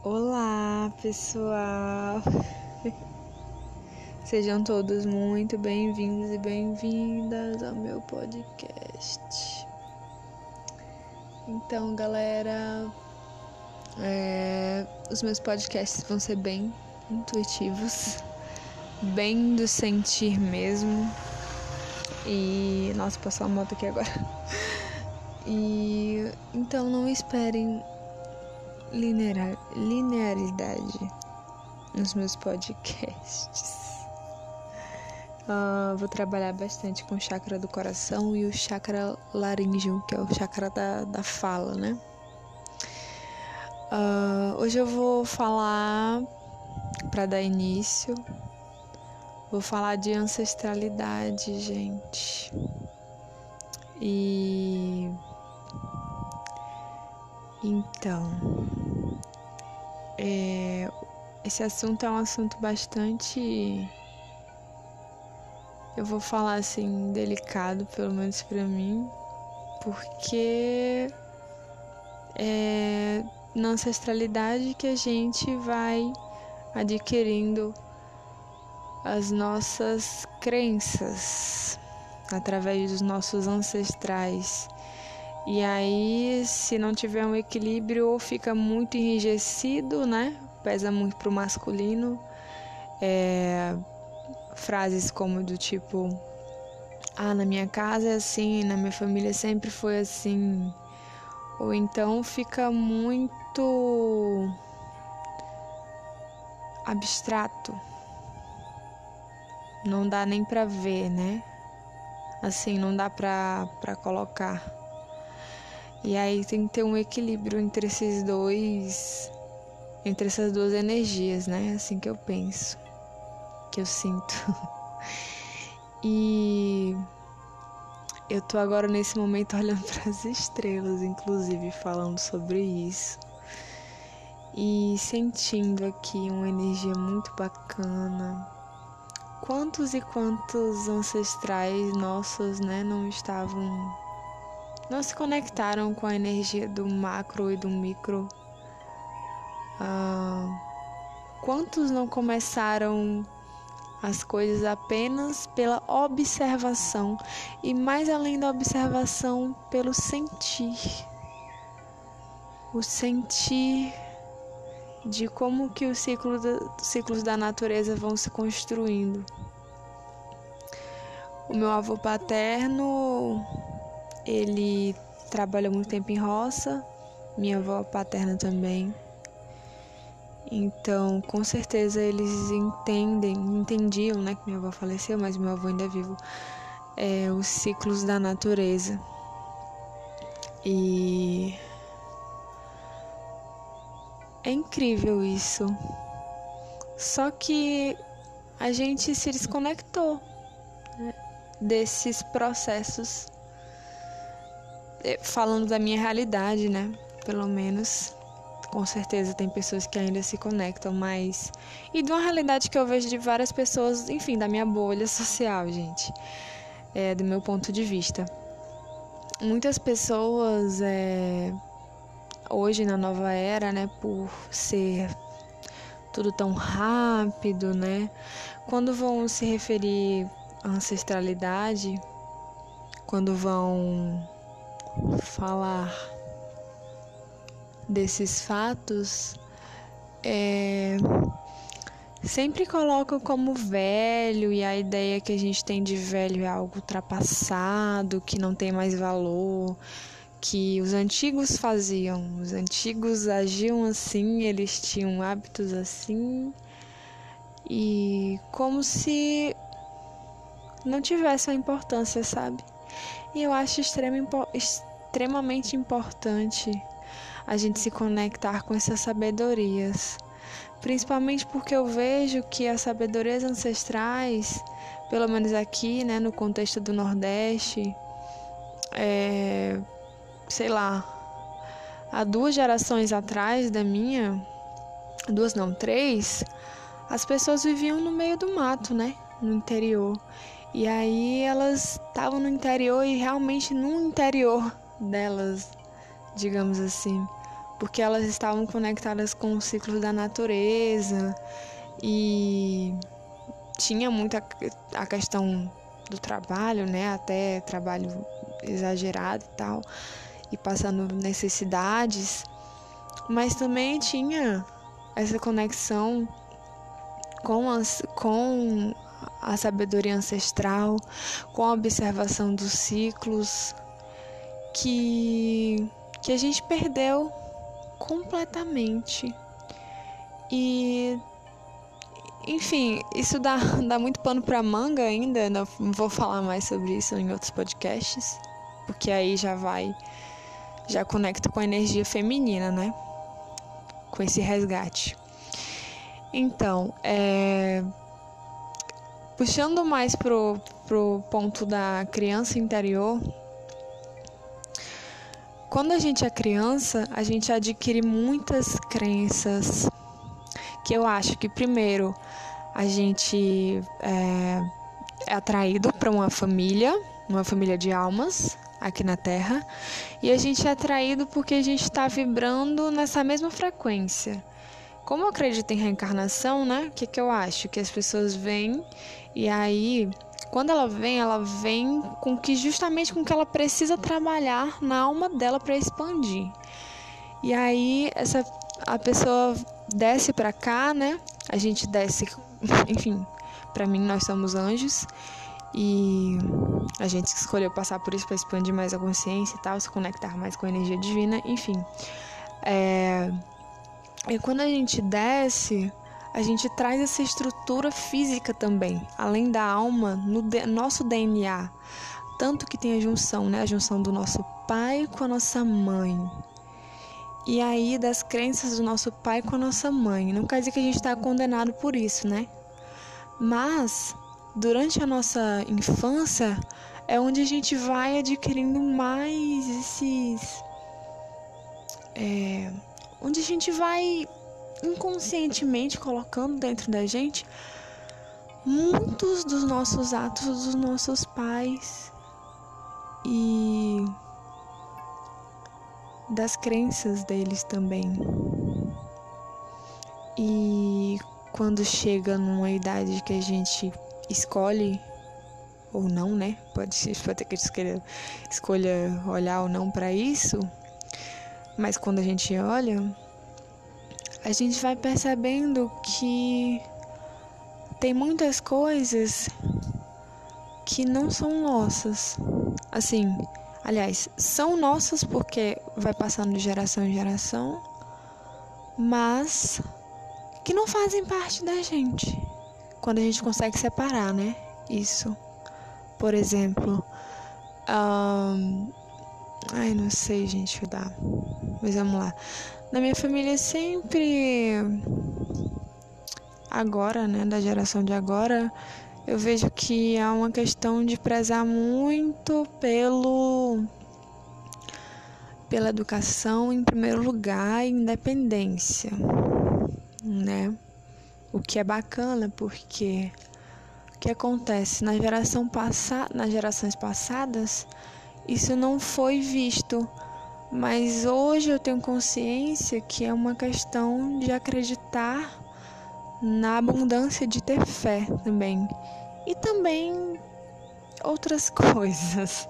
Olá, pessoal! Sejam todos muito bem-vindos e bem-vindas ao meu podcast. Então, galera, os meus podcasts vão ser bem intuitivos, bem do sentir mesmo. E, nossa, passou a moto aqui agora. E, então, não esperem linearidade nos meus podcasts. Vou trabalhar bastante com o chakra do coração e o chakra laríngeo, que é o chakra da fala, né? Hoje eu vou falar, para dar início, vou falar de ancestralidade, gente. E então, esse assunto é um assunto bastante, eu vou falar assim, delicado, pelo menos pra mim, porque é na ancestralidade que a gente vai adquirindo as nossas crenças através dos nossos ancestrais. E aí, se não tiver um equilíbrio, ou fica muito enrijecido, né? Pesa muito pro masculino. Frases como do tipo: na minha casa é assim, na minha família sempre foi assim. Ou então fica muito abstrato. Não dá nem pra ver, né? Assim, não dá pra colocar. E aí tem que ter um equilíbrio entre essas duas energias, né? Assim que eu penso, que eu sinto. E eu tô agora nesse momento olhando para as estrelas, inclusive, falando sobre isso. E sentindo aqui uma energia muito bacana. Quantos e quantos ancestrais nossos, né, não se conectaram com a energia do macro e do micro. Quantos não começaram as coisas apenas pela observação e, mais além da observação, pelo sentir. O sentir de como que os ciclos da natureza vão se construindo. O meu avô paterno, ele trabalhou muito tempo em roça, minha avó paterna também. Então, com certeza eles entendiam, né, que minha avó faleceu, mas meu avô ainda é vivo, os ciclos da natureza. E é incrível isso. Só que a gente se desconectou, né, desses processos. Falando da minha realidade, né? Pelo menos, com certeza tem pessoas que ainda se conectam, mas... E de uma realidade que eu vejo de várias pessoas, enfim, da minha bolha social, gente. Do meu ponto de vista. Muitas pessoas, hoje na nova era, né? Por ser tudo tão rápido, né? Quando vão se referir à ancestralidade, quando vão falar desses fatos, sempre colocam como velho, e a ideia que a gente tem de velho é algo ultrapassado, que não tem mais valor, que os antigos faziam, os antigos agiam assim, eles tinham hábitos assim, e como se não tivesse uma importância, sabe? E eu acho extremamente importante a gente se conectar com essas sabedorias. Principalmente porque eu vejo que as sabedorias ancestrais, pelo menos aqui, né, no contexto do Nordeste, sei lá, há 2 gerações atrás da minha, 2 não, 3, as pessoas viviam no meio do mato, né, no interior. E aí elas estavam no interior e realmente no interior delas, digamos assim, porque elas estavam conectadas com o ciclo da natureza e tinha muito a questão do trabalho, né? Até trabalho exagerado e tal, e passando necessidades, mas também tinha essa conexão com a sabedoria ancestral, com a observação dos ciclos, que a gente perdeu completamente. E, enfim, isso dá muito pano pra manga ainda, não vou falar mais sobre isso em outros podcasts, porque aí já conecta com a energia feminina, né? Com esse resgate. Então, puxando mais pro ponto da criança interior, quando a gente é criança, a gente adquire muitas crenças, que eu acho que primeiro a gente é atraído para uma família de almas aqui na Terra, e a gente é atraído porque a gente está vibrando nessa mesma frequência. Como eu acredito em reencarnação, né? O que eu acho? Que as pessoas vêm e aí, quando ela vem justamente com o que ela precisa trabalhar na alma dela para expandir. E aí, a pessoa desce para cá, né? A gente desce, enfim, para mim nós somos anjos e a gente escolheu passar por isso para expandir mais a consciência e tal, se conectar mais com a energia divina, enfim. E quando a gente desce, a gente traz essa estrutura física também, além da alma, no nosso DNA. Tanto que tem a junção, né? A junção do nosso pai com a nossa mãe. E aí, das crenças do nosso pai com a nossa mãe. Não quer dizer que a gente está condenado por isso, né? Mas, durante a nossa infância, é onde a gente vai adquirindo mais onde a gente vai inconscientemente colocando dentro da gente muitos dos nossos atos dos nossos pais e das crenças deles também. E quando chega numa idade que a gente escolhe ou não, né? Pode ter que escolha olhar ou não para isso. Mas quando a gente olha, a gente vai percebendo que tem muitas coisas que não são nossas. Assim, aliás, são nossas porque vai passando de geração em geração, mas que não fazem parte da gente. Quando a gente consegue separar, né? Isso. Por exemplo, não sei, gente, mas vamos lá. Na minha família sempre, agora, né, da geração de agora, eu vejo que há uma questão de prezar muito pela educação em primeiro lugar e independência, né? O que é bacana porque o que acontece nas gerações passadas, isso não foi visto, mas hoje eu tenho consciência que é uma questão de acreditar na abundância de ter fé também. E também outras coisas.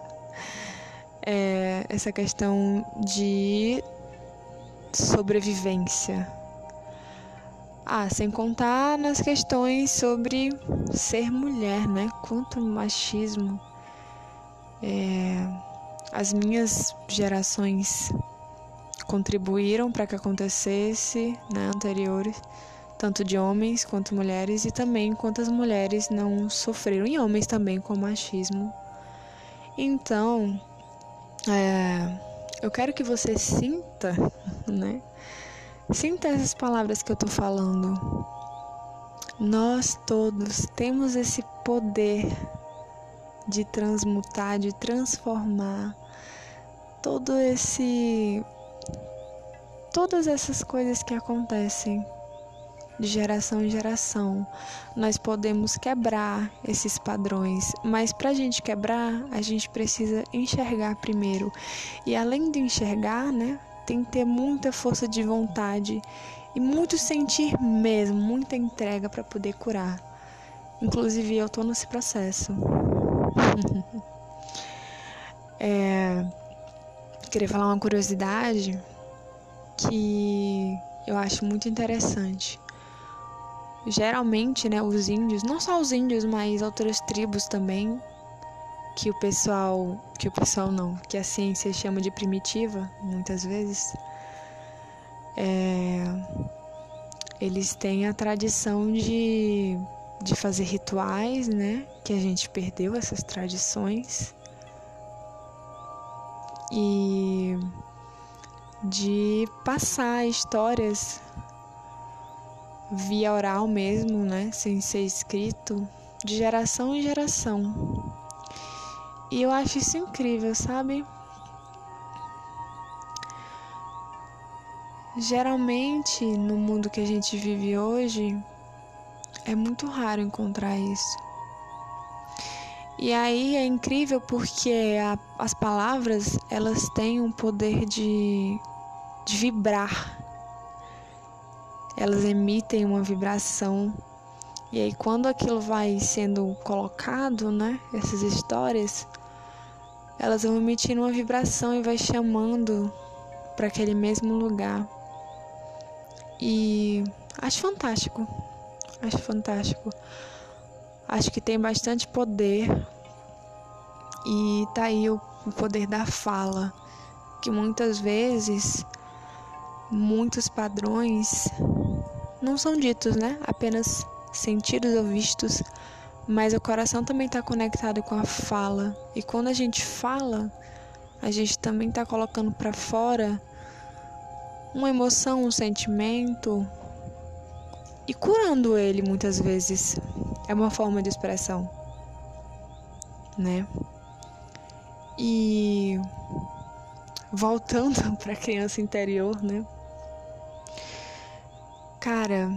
Essa questão de sobrevivência. Sem contar nas questões sobre ser mulher, né? Quanto machismo. As minhas gerações contribuíram para que acontecesse, né, anteriores, tanto de homens quanto mulheres, e também quantas mulheres não sofreram, e homens também, com machismo. Então, eu quero que você sinta, né? Sinta essas palavras que eu tô falando. Nós todos temos esse poder de transmutar, de transformar todas essas coisas que acontecem de geração em geração. Nós podemos quebrar esses padrões, mas para a gente quebrar, a gente precisa enxergar primeiro. E além de enxergar, né, tem que ter muita força de vontade e muito sentir mesmo, muita entrega para poder curar. Inclusive, eu tô nesse processo. Queria falar uma curiosidade que eu acho muito interessante. Geralmente, né, os índios, não só os índios, mas outras tribos também, que a ciência chama de primitiva, muitas vezes, eles têm a tradição de fazer rituais, né, que a gente perdeu essas tradições, e de passar histórias via oral mesmo, né, sem ser escrito, de geração em geração. E eu acho isso incrível, sabe? Geralmente, no mundo que a gente vive hoje, é muito raro encontrar isso. E aí é incrível porque as palavras, elas têm um poder de vibrar. Elas emitem uma vibração. E aí quando aquilo vai sendo colocado, né, essas histórias, elas vão emitindo uma vibração e vai chamando para aquele mesmo lugar. E acho fantástico. Acho que tem bastante poder. E tá aí o poder da fala, que muitas vezes muitos padrões não são ditos, né? Apenas sentidos ou vistos, mas o coração também está conectado com a fala. E quando a gente fala, a gente também está colocando para fora uma emoção, um sentimento e curando ele muitas vezes. É uma forma de expressão, né? E voltando para a criança interior, né? Cara,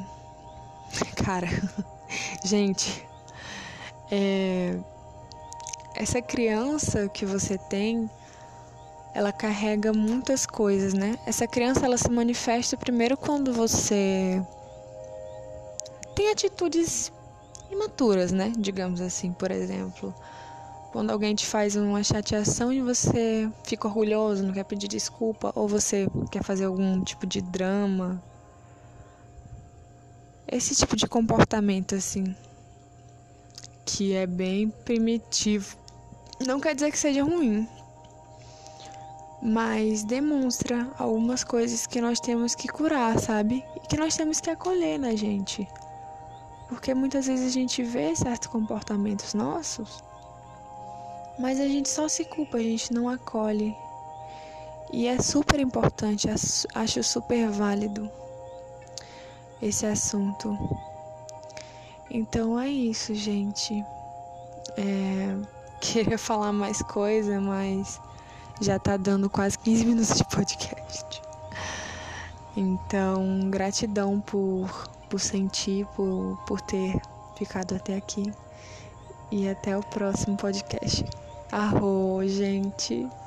gente, essa criança que você tem, ela carrega muitas coisas, né? Essa criança, ela se manifesta primeiro quando você tem atitudes imaturas, né? Digamos assim, por exemplo, quando alguém te faz uma chateação e você fica orgulhoso, não quer pedir desculpa, ou você quer fazer algum tipo de drama. Esse tipo de comportamento, assim, que é bem primitivo. Não quer dizer que seja ruim, mas demonstra algumas coisas que nós temos que curar, sabe? E que nós temos que acolher na gente. Porque muitas vezes a gente vê certos comportamentos nossos, mas a gente só se culpa, a gente não acolhe. E é super importante, acho super válido esse assunto. Então é isso, gente. Queria falar mais coisa, mas já tá dando quase 15 minutos de podcast. Então, gratidão por sentir, por ter ficado até aqui. E até o próximo podcast. Arro, gente!